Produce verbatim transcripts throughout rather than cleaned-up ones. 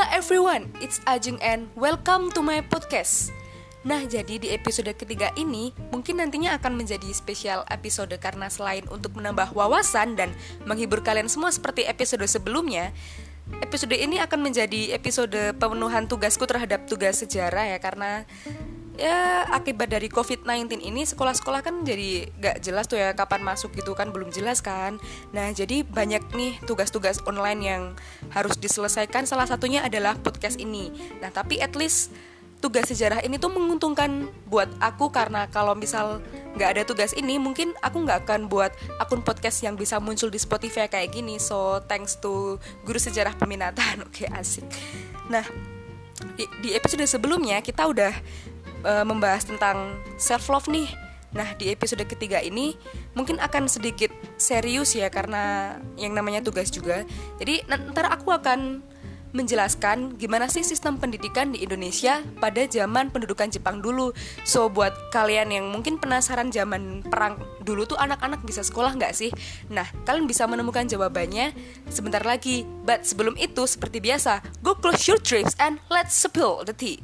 everyone, it's Ajeng and welcome to my podcast. Nah, jadi di episode ketiga ini mungkin nantinya akan menjadi spesial episode karena selain untuk menambah wawasan dan menghibur kalian semua seperti episode sebelumnya, episode ini akan menjadi episode pemenuhan tugasku terhadap tugas sejarah ya, karena ya akibat dari covid sembilan belas ini sekolah-sekolah kan jadi gak jelas tuh ya kapan masuk gitu kan, belum jelas kan. Nah jadi banyak nih tugas-tugas online yang harus diselesaikan, salah satunya adalah podcast ini. Nah tapi at least tugas sejarah ini tuh menguntungkan buat aku, karena kalau misal gak ada tugas ini mungkin aku gak akan buat akun podcast yang bisa muncul di Spotify kayak gini. So thanks to guru sejarah peminatan. Oke, asik. Nah di, di episode sebelumnya kita udah membahas tentang self love nih. Nah di episode ketiga ini mungkin akan sedikit serius ya, karena yang namanya tugas juga. Jadi ntar aku akan menjelaskan gimana sih sistem pendidikan di Indonesia pada zaman pendudukan Jepang dulu. So buat kalian yang mungkin penasaran zaman perang dulu tuh anak-anak bisa sekolah gak sih? Nah kalian bisa menemukan jawabannya sebentar lagi. But sebelum itu seperti biasa, go close your dreams and let's spill the tea.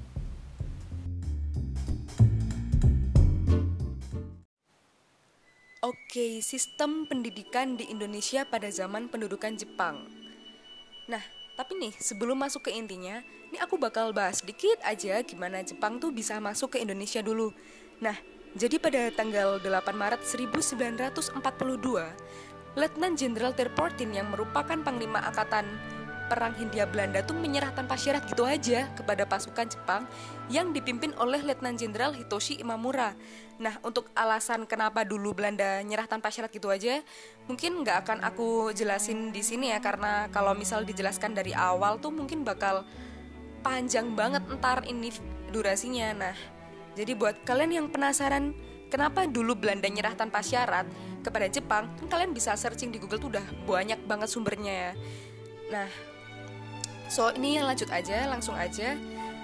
Oke, sistem pendidikan di Indonesia pada zaman pendudukan Jepang. Nah, tapi nih sebelum masuk ke intinya, ini aku bakal bahas sedikit aja gimana Jepang tuh bisa masuk ke Indonesia dulu. Nah, jadi pada tanggal delapan Maret seribu sembilan ratus empat puluh dua, Letnan Jenderal Terportin yang merupakan Panglima Angkatan Perang Hindia Belanda tuh menyerah tanpa syarat gitu aja kepada pasukan Jepang yang dipimpin oleh Letnan Jenderal Hitoshi Imamura. Nah, untuk alasan kenapa dulu Belanda nyerah tanpa syarat gitu aja, mungkin nggak akan aku jelasin di sini ya, karena kalau misal dijelaskan dari awal tuh mungkin bakal panjang banget ntar ini durasinya. Nah, jadi buat kalian yang penasaran kenapa dulu Belanda nyerah tanpa syarat kepada Jepang, kan kalian bisa searching di Google tuh udah banyak banget sumbernya ya. Nah, so ini yang lanjut aja, langsung aja.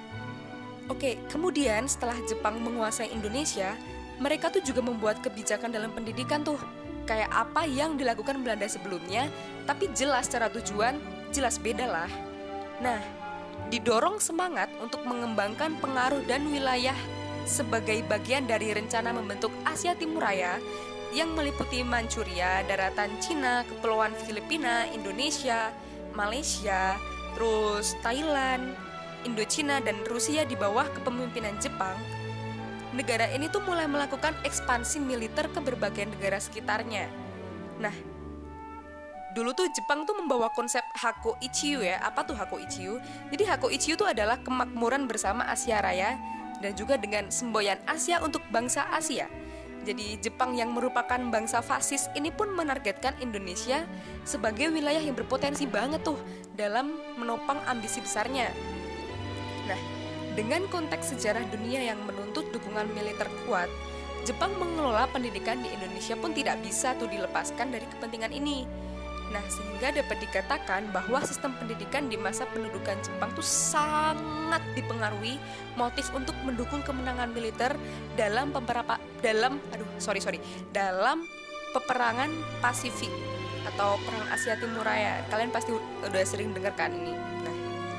Oke, kemudian setelah Jepang menguasai Indonesia, mereka tuh juga membuat kebijakan dalam pendidikan tuh kayak apa yang dilakukan Belanda sebelumnya, tapi jelas secara tujuan jelas beda lah. Nah, didorong semangat untuk mengembangkan pengaruh dan wilayah sebagai bagian dari rencana membentuk Asia Timur Raya yang meliputi Manchuria, daratan Cina, Kepulauan Filipina, Indonesia, Malaysia, terus Thailand, Indochina, dan Rusia di bawah kepemimpinan Jepang. Negara ini tuh mulai melakukan ekspansi militer ke berbagai negara sekitarnya. Nah, dulu tuh Jepang tuh membawa konsep Hakko Ichiyo ya. Apa tuh Hakko Ichiyo? Jadi Hakko Ichiyo tuh adalah kemakmuran bersama Asia Raya dan juga dengan semboyan Asia untuk bangsa Asia. Jadi Jepang yang merupakan bangsa fasis ini pun menargetkan Indonesia sebagai wilayah yang berpotensi banget tuh dalam menopang ambisi besarnya. Nah, dengan konteks sejarah dunia yang menuntut dukungan militer kuat, Jepang mengelola pendidikan di Indonesia pun tidak bisa tuh dilepaskan dari kepentingan ini. Nah, sehingga dapat dikatakan bahwa sistem pendidikan di masa pendudukan Jepang tuh sangat dipengaruhi motif untuk mendukung kemenangan militer dalam beberapa dalam aduh sorry sorry dalam peperangan Pasifik atau perang Asia Timur Raya. Kalian pasti udah sering dengar kan ini. Nah,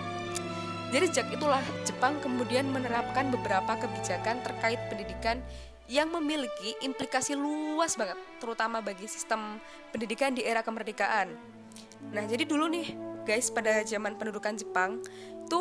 jadi sejak itulah Jepang kemudian menerapkan beberapa kebijakan terkait pendidikan yang memiliki implikasi luas banget, terutama bagi sistem pendidikan di era kemerdekaan. Nah, jadi dulu nih, guys, pada zaman pendudukan Jepang itu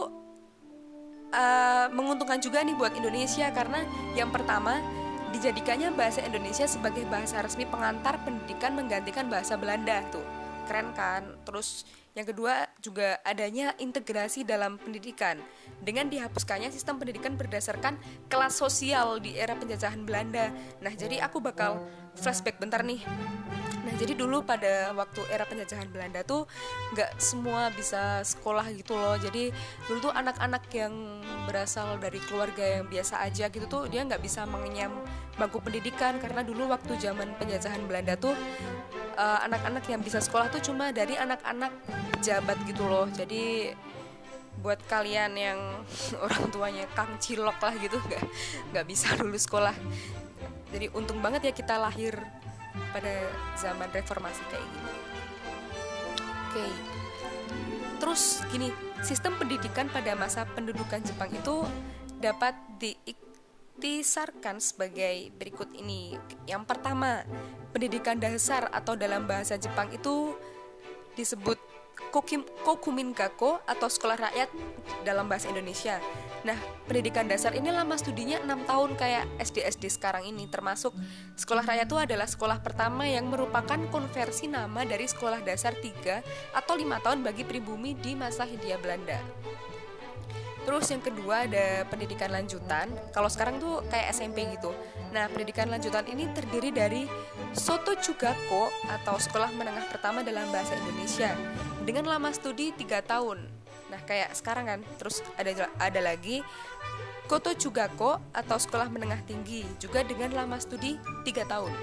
uh, menguntungkan juga nih buat Indonesia, karena yang pertama dijadikannya bahasa Indonesia sebagai bahasa resmi pengantar pendidikan menggantikan bahasa Belanda tuh. Keren kan? Terus yang kedua juga adanya integrasi dalam pendidikan dengan dihapuskannya sistem pendidikan berdasarkan kelas sosial di era penjajahan Belanda. Nah, jadi aku bakal flashback bentar nih. Nah, jadi dulu pada waktu era penjajahan Belanda tuh gak semua bisa sekolah gitu loh. Jadi dulu tuh anak-anak yang berasal dari keluarga yang biasa aja gitu tuh dia gak bisa mengenyam bangku pendidikan, karena dulu waktu zaman penjajahan Belanda tuh uh, anak-anak yang bisa sekolah tuh cuma dari anak-anak pejabat gitu loh. Jadi buat kalian yang orang tuanya Kang Cilok lah gitu gak, gak bisa lulus sekolah. Jadi untung banget ya kita lahir pada zaman reformasi kayak gini. Oke, terus gini, sistem pendidikan pada masa pendudukan Jepang itu dapat diiktisarkan sebagai berikut ini. Yang pertama, pendidikan dasar atau dalam bahasa Jepang itu disebut Kokim, Kokumin Gakko atau sekolah rakyat dalam bahasa Indonesia. Nah, pendidikan dasar ini lama studinya enam tahun kayak S D S D sekarang ini, termasuk sekolah rakyat itu adalah sekolah pertama yang merupakan konversi nama dari sekolah dasar tiga atau lima tahun bagi pribumi di masa Hindia Belanda. Terus yang kedua ada pendidikan lanjutan. Kalau sekarang tuh kayak S M P gitu. Nah, pendidikan lanjutan ini terdiri dari Sotochugakko atau sekolah menengah pertama dalam bahasa Indonesia dengan lama studi tiga tahun. Nah, kayak sekarang kan. Terus ada ada lagi Gotochugakko atau sekolah menengah tinggi juga dengan lama studi tiga tahun.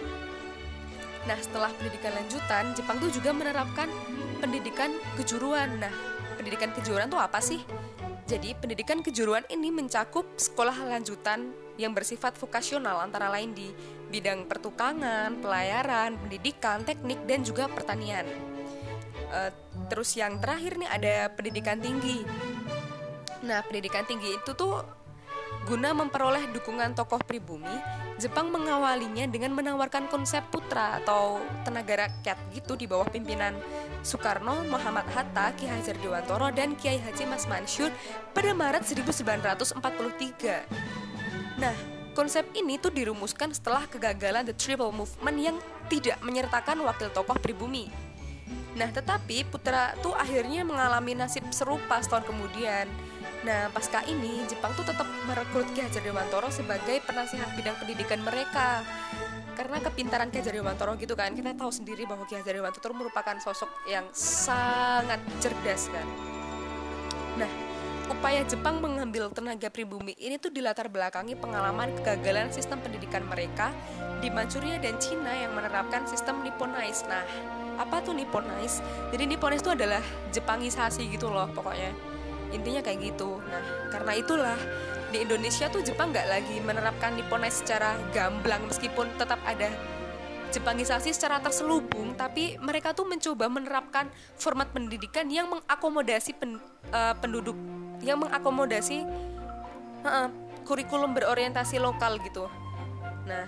Nah, setelah pendidikan lanjutan, Jepang tuh juga menerapkan pendidikan kejuruan. Nah, pendidikan kejuruan tuh apa sih? Jadi, pendidikan kejuruan ini mencakup sekolah lanjutan yang bersifat vokasional antara lain di bidang pertukangan, pelayaran, pendidikan, teknik, dan juga pertanian. Uh, terus yang terakhir nih ada pendidikan tinggi. Nah, pendidikan tinggi itu tuh guna memperoleh dukungan tokoh pribumi, Jepang mengawalinya dengan menawarkan konsep putra atau tenaga rakyat gitu di bawah pimpinan Soekarno, Muhammad Hatta, Ki Hajar Dewantoro, dan Kiai Haji Mas Mansur pada Maret seribu sembilan ratus empat puluh tiga. Nah, konsep ini tuh dirumuskan setelah kegagalan The Triple Movement yang tidak menyertakan wakil tokoh pribumi. Nah, tetapi putra tuh akhirnya mengalami nasib serupa setahun kemudian. Nah, pasca ini, Jepang tuh tetap merekrut Ki Hajar Dewantoro sebagai penasihat bidang pendidikan mereka. Karena kepintaran Ki Hajar Dewantoro gitu kan, kita tahu sendiri bahwa Ki Hajar Dewantoro merupakan sosok yang sangat cerdas kan. Nah, upaya Jepang mengambil tenaga pribumi ini tuh dilatar belakangi pengalaman kegagalan sistem pendidikan mereka di Manchuria dan Cina yang menerapkan sistem Nipponize. Nah, apa tuh Nipponize? Jadi Nipponize itu adalah Jepangisasi gitu loh pokoknya. Intinya kayak gitu. Nah, karena itulah di Indonesia tuh Jepang nggak lagi menerapkan Nipponize secara gamblang meskipun tetap ada Jepangisasi secara terselubung, tapi mereka tuh mencoba menerapkan format pendidikan yang mengakomodasi pen, uh, penduduk, yang mengakomodasi uh, kurikulum berorientasi lokal gitu. Nah,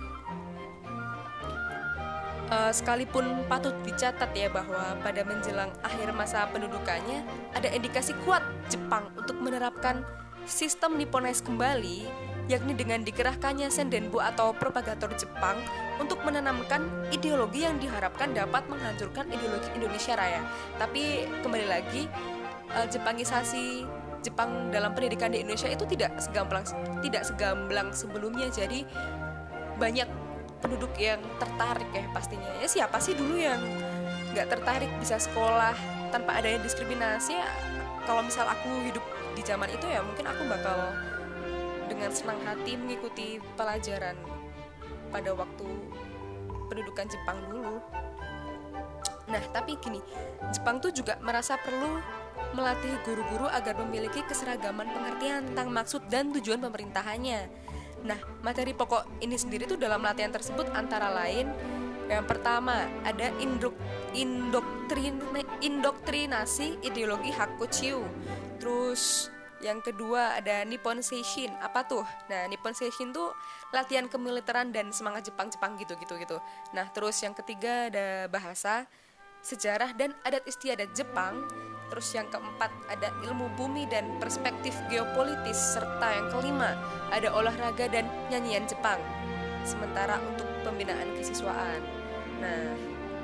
Uh, sekalipun patut dicatat ya bahwa pada menjelang akhir masa pendudukannya ada indikasi kuat Jepang untuk menerapkan sistem Nipponize kembali, yakni dengan dikerahkannya sendenbu atau propagator Jepang untuk menanamkan ideologi yang diharapkan dapat menghancurkan ideologi Indonesia Raya. Tapi kembali lagi, uh, Jepangisasi Jepang dalam pendidikan di Indonesia itu tidak segamblang tidak segamblang sebelumnya. Jadi banyak penduduk yang tertarik ya pastinya. Ya siapa sih dulu yang nggak tertarik bisa sekolah tanpa adanya diskriminasi? Ya, kalau misal aku hidup di zaman itu ya mungkin aku bakal dengan senang hati mengikuti pelajaran pada waktu pendudukan Jepang dulu. Nah, tapi gini, Jepang tuh juga merasa perlu melatih guru-guru agar memiliki keseragaman pengertian tentang maksud dan tujuan pemerintahannya. Nah, materi pokok ini sendiri tuh dalam latihan tersebut antara lain yang pertama ada indok, indoktrin, indoktrinasi ideologi Hakuchiu. Terus yang kedua ada Nippon Seishin. Apa tuh? Nah, Nippon Seishin tuh latihan kemiliteran dan semangat Jepang-Jepang gitu-gitu gitu. Nah, terus yang ketiga ada bahasa, sejarah dan adat istiadat Jepang. Terus yang keempat ada ilmu bumi dan perspektif geopolitis. Serta yang kelima ada olahraga dan nyanyian Jepang. Sementara untuk pembinaan kesiswaan, nah,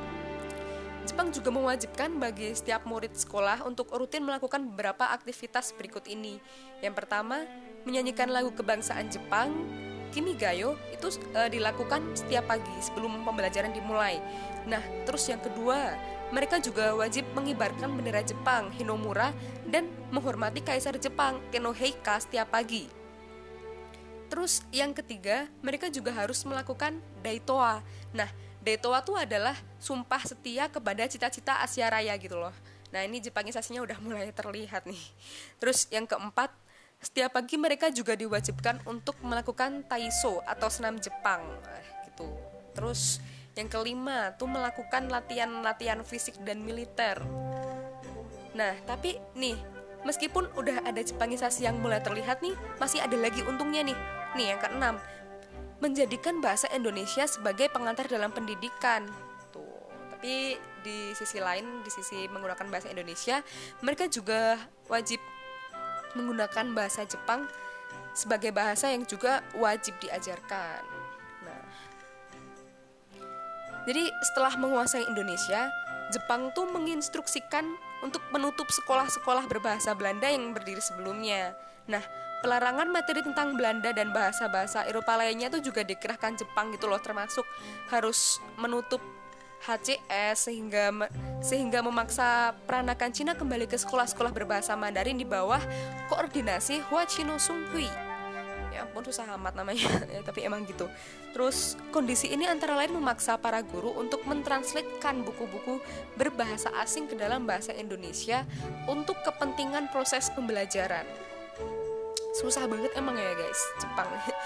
Jepang juga mewajibkan bagi setiap murid sekolah untuk rutin melakukan beberapa aktivitas berikut ini. Yang pertama, menyanyikan lagu kebangsaan Jepang, Kimigayo, itu e, dilakukan setiap pagi sebelum pembelajaran dimulai. Nah, terus yang kedua, mereka juga wajib mengibarkan bendera Jepang, Hinomura, dan menghormati Kaisar Jepang, Kenoheika, setiap pagi. Terus yang ketiga, mereka juga harus melakukan Daitoa. Nah, Daitoa itu adalah sumpah setia kepada cita-cita Asia Raya gitu loh. Nah, ini Jepangisasinya udah mulai terlihat nih. Terus yang keempat, setiap pagi mereka juga diwajibkan untuk melakukan Taiso atau senam Jepang eh, gitu. Terus yang kelima tuh melakukan latihan-latihan fisik dan militer. Nah, tapi nih, meskipun udah ada Jepangisasi yang mulai terlihat nih, masih ada lagi untungnya nih. Nih yang keenam, menjadikan bahasa Indonesia sebagai pengantar dalam pendidikan. Tuh, tapi di sisi lain, di sisi menggunakan bahasa Indonesia, mereka juga wajib menggunakan bahasa Jepang sebagai bahasa yang juga wajib diajarkan. Nah, jadi setelah menguasai Indonesia, Jepang tuh menginstruksikan untuk menutup sekolah-sekolah berbahasa Belanda yang berdiri sebelumnya. Nah, pelarangan materi tentang Belanda dan bahasa-bahasa Eropa lainnya tuh juga dikerahkan Jepang gitu loh, termasuk harus menutup H C S sehingga sehingga memaksa peranakan Cina kembali ke sekolah-sekolah berbahasa Mandarin di bawah koordinasi Hua Chino Sung Hui. Ya ampun, susah amat namanya ya, tapi emang gitu. Terus kondisi ini antara lain memaksa para guru untuk mentranslatekan buku-buku berbahasa asing ke dalam bahasa Indonesia untuk kepentingan proses pembelajaran. Susah banget emang ya guys, Jepang.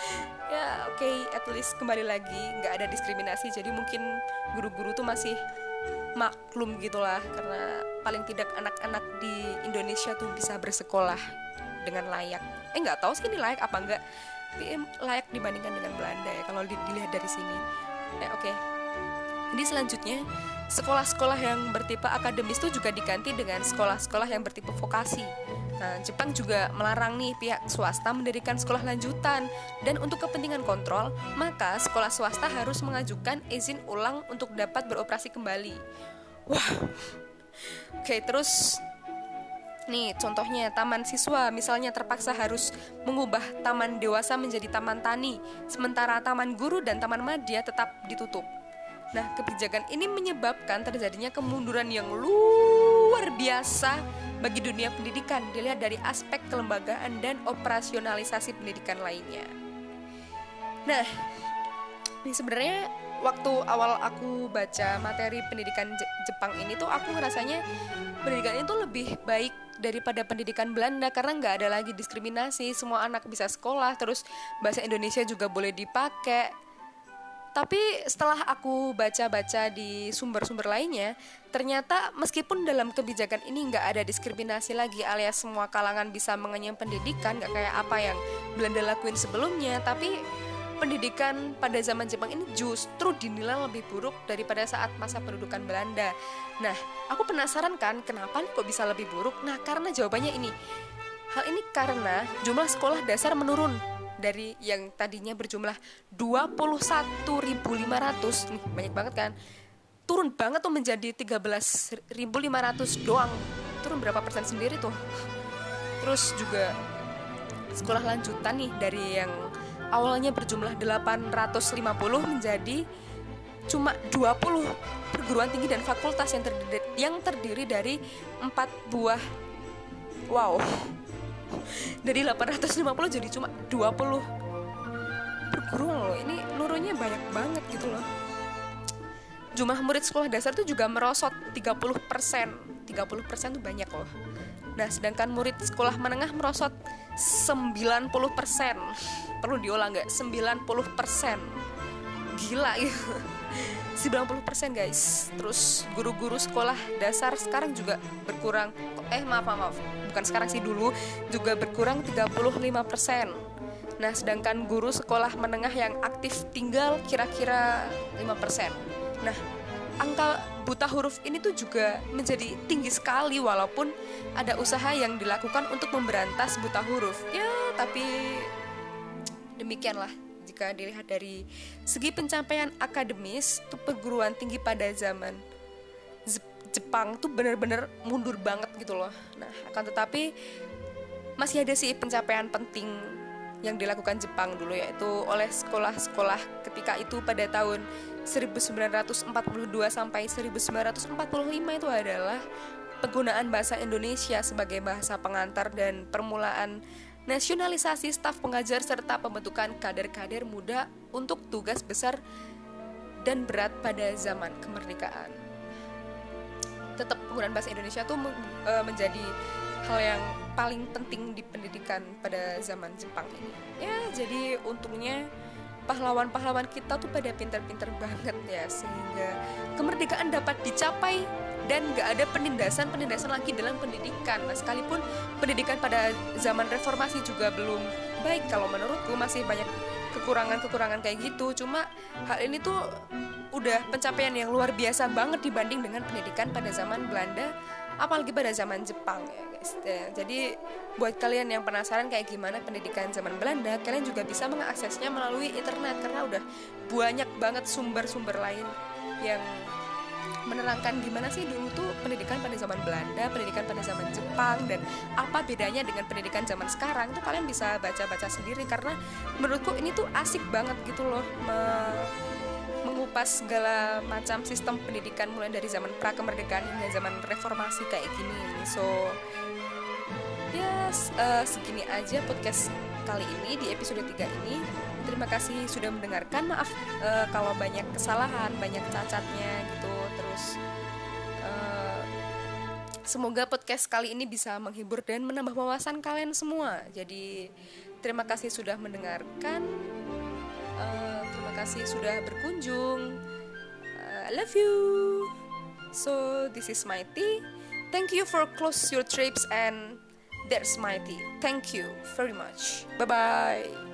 Ya oke, okay, at least kembali lagi nggak ada diskriminasi, jadi mungkin guru-guru tuh masih maklum gitulah, karena paling tidak anak-anak di Indonesia tuh bisa bersekolah dengan layak. Eh nggak tahu sih ini layak apa enggak, tapi layak dibandingkan dengan Belanda ya kalau dilihat dari sini. Ya oke. Okay. Jadi selanjutnya, sekolah-sekolah yang bertipe akademis itu juga diganti dengan sekolah-sekolah yang bertipe vokasi. Nah, Jepang juga melarang nih pihak swasta mendirikan sekolah lanjutan, dan untuk kepentingan kontrol, maka sekolah swasta harus mengajukan izin ulang untuk dapat beroperasi kembali. Wah. Oke, terus nih contohnya taman siswa misalnya terpaksa harus mengubah taman dewasa menjadi taman tani, sementara taman guru dan taman madya tetap ditutup. Nah, kebijakan ini menyebabkan terjadinya kemunduran yang luar biasa bagi dunia pendidikan dilihat dari aspek kelembagaan dan operasionalisasi pendidikan lainnya. Nah, ini sebenarnya waktu awal aku baca materi pendidikan Jepang ini tuh aku ngerasanya pendidikan itu lebih baik daripada pendidikan Belanda karena nggak ada lagi diskriminasi, semua anak bisa sekolah, terus bahasa Indonesia juga boleh dipakai. Tapi setelah aku baca-baca di sumber-sumber lainnya, ternyata meskipun dalam kebijakan ini nggak ada diskriminasi lagi alias semua kalangan bisa mengenyam pendidikan, nggak kayak apa yang Belanda lakuin sebelumnya, tapi pendidikan pada zaman Jepang ini justru dinilai lebih buruk daripada saat masa pendudukan Belanda. Nah, aku penasaran kan kenapa nih kok bisa lebih buruk? Nah, karena jawabannya ini. Hal ini karena jumlah sekolah dasar menurun dari yang tadinya berjumlah dua puluh satu ribu lima ratus, nih banyak banget kan, turun banget tuh menjadi tiga belas ribu lima ratus doang. Turun berapa persen sendiri tuh. Terus juga sekolah lanjutan nih dari yang awalnya berjumlah delapan ratus lima puluh menjadi cuma dua puluh perguruan tinggi dan fakultas yang terdiri, yang terdiri dari empat buah. Wow. Dari delapan ratus lima puluh jadi cuma dua puluh perguruan loh. Ini nurunnya banyak banget gitu loh. Jumlah murid sekolah dasar tuh juga merosot tiga puluh persen. tiga puluh persen tuh banyak loh. Nah, sedangkan murid sekolah menengah merosot sembilan puluh persen. Perlu diolah nggak? sembilan puluh persen. Gila gitu. sembilan puluh persen guys. Terus guru-guru sekolah dasar sekarang juga berkurang. Eh maaf maaf, maaf. Bukan sekarang sih, dulu juga berkurang tiga puluh lima persen. Nah, sedangkan guru sekolah menengah yang aktif tinggal kira-kira lima persen. Nah, angka buta huruf ini tuh juga menjadi tinggi sekali walaupun ada usaha yang dilakukan untuk memberantas buta huruf. Ya, tapi demikianlah jika dilihat dari segi pencapaian akademis tuh perguruan tinggi pada zaman Jepang tuh benar-benar mundur banget gitu loh. Nah, akan tetapi masih ada sih pencapaian penting yang dilakukan Jepang dulu, yaitu oleh sekolah-sekolah ketika itu pada tahun seribu sembilan ratus empat puluh dua sampai seribu sembilan ratus empat puluh lima itu adalah penggunaan bahasa Indonesia sebagai bahasa pengantar dan permulaan nasionalisasi staf pengajar serta pembentukan kader-kader muda untuk tugas besar dan berat pada zaman kemerdekaan. Tetap penggunaan bahasa Indonesia tuh e, menjadi hal yang paling penting di pendidikan pada zaman Jepang ini. Ya, jadi untungnya pahlawan-pahlawan kita tuh pada pinter-pinter banget ya, sehingga kemerdekaan dapat dicapai dan gak ada penindasan-penindasan lagi dalam pendidikan. Nah, sekalipun pendidikan pada zaman reformasi juga belum baik, kalau menurutku masih banyak kekurangan-kekurangan kayak gitu. Cuma hal ini tuh udah pencapaian yang luar biasa banget dibanding dengan pendidikan pada zaman Belanda, apalagi pada zaman Jepang ya guys. Jadi buat kalian yang penasaran kayak gimana pendidikan zaman Belanda, kalian juga bisa mengaksesnya melalui internet, karena udah banyak banget sumber-sumber lain yang menerangkan gimana sih dulu tuh pendidikan pada zaman Belanda, pendidikan pada zaman Jepang, dan apa bedanya dengan pendidikan zaman sekarang. Tuh kalian bisa baca-baca sendiri, karena menurutku ini tuh asik banget gitu loh, me- mengupas segala macam sistem pendidikan mulai dari zaman pra-kemerdekaan hingga zaman reformasi kayak gini. So ya yes, uh, segini aja podcast kali ini di episode tiga ini. Terima kasih sudah mendengarkan. Maaf uh, kalau banyak kesalahan, banyak cacatnya gitu. Terus uh, semoga podcast kali ini bisa menghibur dan menambah wawasan kalian semua. Jadi terima kasih sudah mendengarkan. Uh, terima kasih sudah berkunjung. uh, I love you. So this is Mighty. Thank you for close your trips, and that's Mighty. Thank you very much. Bye bye.